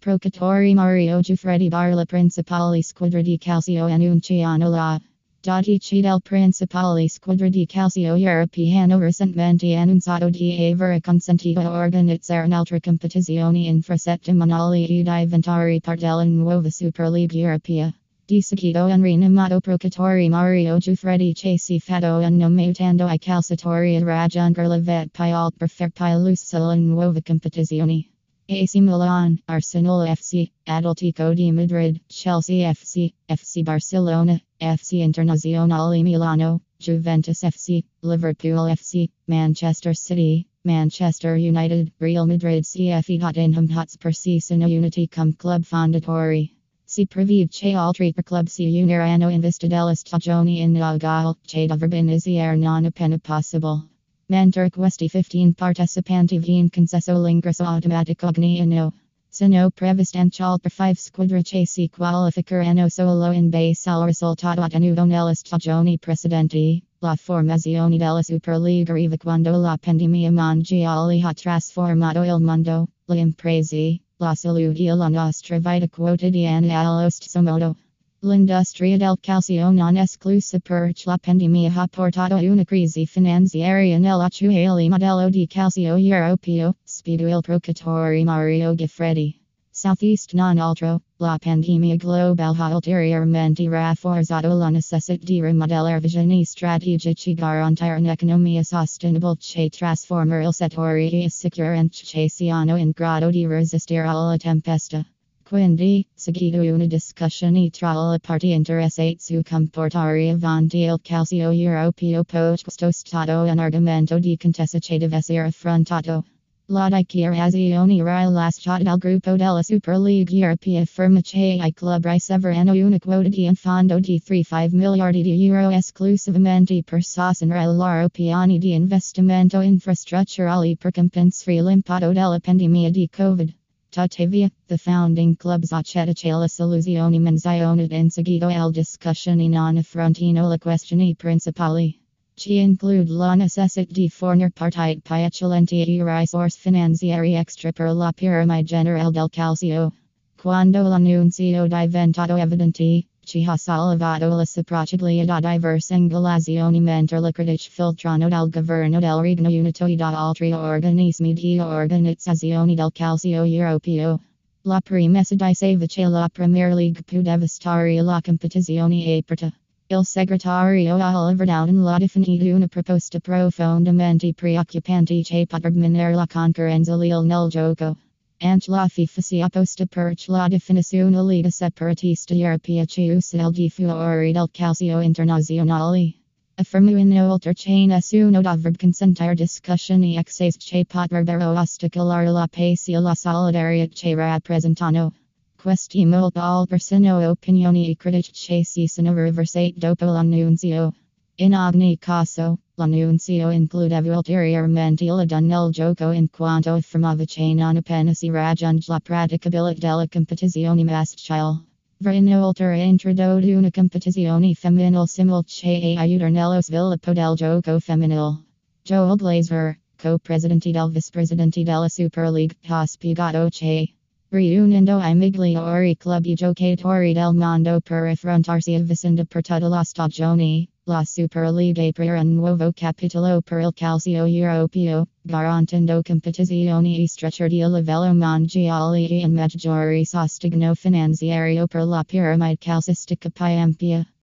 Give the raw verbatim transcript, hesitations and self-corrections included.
Procatore Mario Giuffredi bar la Principale Squadra di Calcio Annunciano la dodici del Principale Squadra di Calcio Europei hanno recentemente annunciato di aver consentito organizzare un'altra competizione infrasettimanale e diventare parte della nuova Superlega Europea. Di seguito un rinomato Procatore Mario Giuffredi che si fatto un nome aiutando I calciatori a raggiungere la vetta più alta per far più la nuova competizione. A C Milan, Arsenal F C, Atletico di Madrid, Chelsea F C, F C Barcelona, F C Internazionale Milano, Juventus F C, Liverpool F C, Manchester City, Manchester United, Real Madrid C F E Tottenham Hotspur si sono uniti come club fondatori. Si prevede che altri per club si uniranno in vista della stagione inaugurale, che dovrebbe iniziare non appena possibile. Mentre questi quindici partecipanti viene concesso l'ingresso automatico ogni anno. Sono previstanti altre cinque squadre che si qualificheranno solo in base al risultato ottenuto nella stagione precedente. La formazione della Superlega arriva quando la pandemia mondiale ha trasformato il mondo, le imprese, la salute e la nostra vita quotidiana allo stesso modo. L'industria del calcio non esclusa perché la pandemia ha portato una crisi finanziaria nell'attuale modello di calcio europeo, spiega il Procatore Mario Giuffredi. Southeast non altro, la pandemia global ha ulteriormente rafforzato la necessità di rimodellare visioni strategiche garantire un'economia sostenibile che trasforma il settore e assicurance che siano in grado di resistere alla tempesta. Quindi, seguito una discussione tra le parti interessate su come portare avanti il calcio europeo poiché questo stato un argomento di contesa che deve essere affrontato. La dichiarazione rilasciata dal gruppo della Superlega Europea afferma che I club riceveranno una quota di un fondo di trentacinque miliardi di euro esclusivamente per sostenere i loro piani di investimento infrastrutturali per compensare l'impatto della pandemia di Covid. Tuttavia, the founding clubs accetta che la soluzione menzionata in seguito al discussione non affrontino le questioni principali. Ci include la necessità di fornire partite più eccellenti e risorse finanziarie extra per la piramide generale del calcio. Quando l'annuncio diventato evidente, ci ha sollevato la sopracciglia da diverse angolazioni mentre le critiche filtrano dal governo del Regno Unito e da altri organismi di organizzazione del calcio europeo. La premessa diceva che la Premier League più devastare la competizione aperta. Il segretario Oliver Dowden l'ha definito una proposta profondamente preoccupante che potrebbe minare la concorrenza leale nel gioco. Anche la FIFA si opposta perché la definizione lega separatista europea che usa il di fuori del calcio internazionale. Afferma inoltre che nessuno dovrebbe consentire discussioni excesse che potrebbero ostacolare la pace e la solidarietà che rappresentano. Questi molto altre sono opinioni e critiche che si sono riversate dopo l'annuncio. In ogni caso, l'annuncio includeva ulteriormente la donna nel gioco in quanto affermava che non appena si raggiunge la praticabilità della competizione maschile. Va inoltre introdotto una competizione femminile simile che aiuta nello sviluppo del gioco femminile. Joel Glazer, co-presidente del vicepresidente della Superlega, ha spiegato che riunendo I migliori club e giocatori del mondo per affrontarsi a vicenda per tutta la stagione, la Superlega aprirà un nuovo capitolo per il calcio europeo, garantendo competizioni e stretcheri a livello mondiale e un maggiore sostegno finanziario per la piramide calcistica più ampia.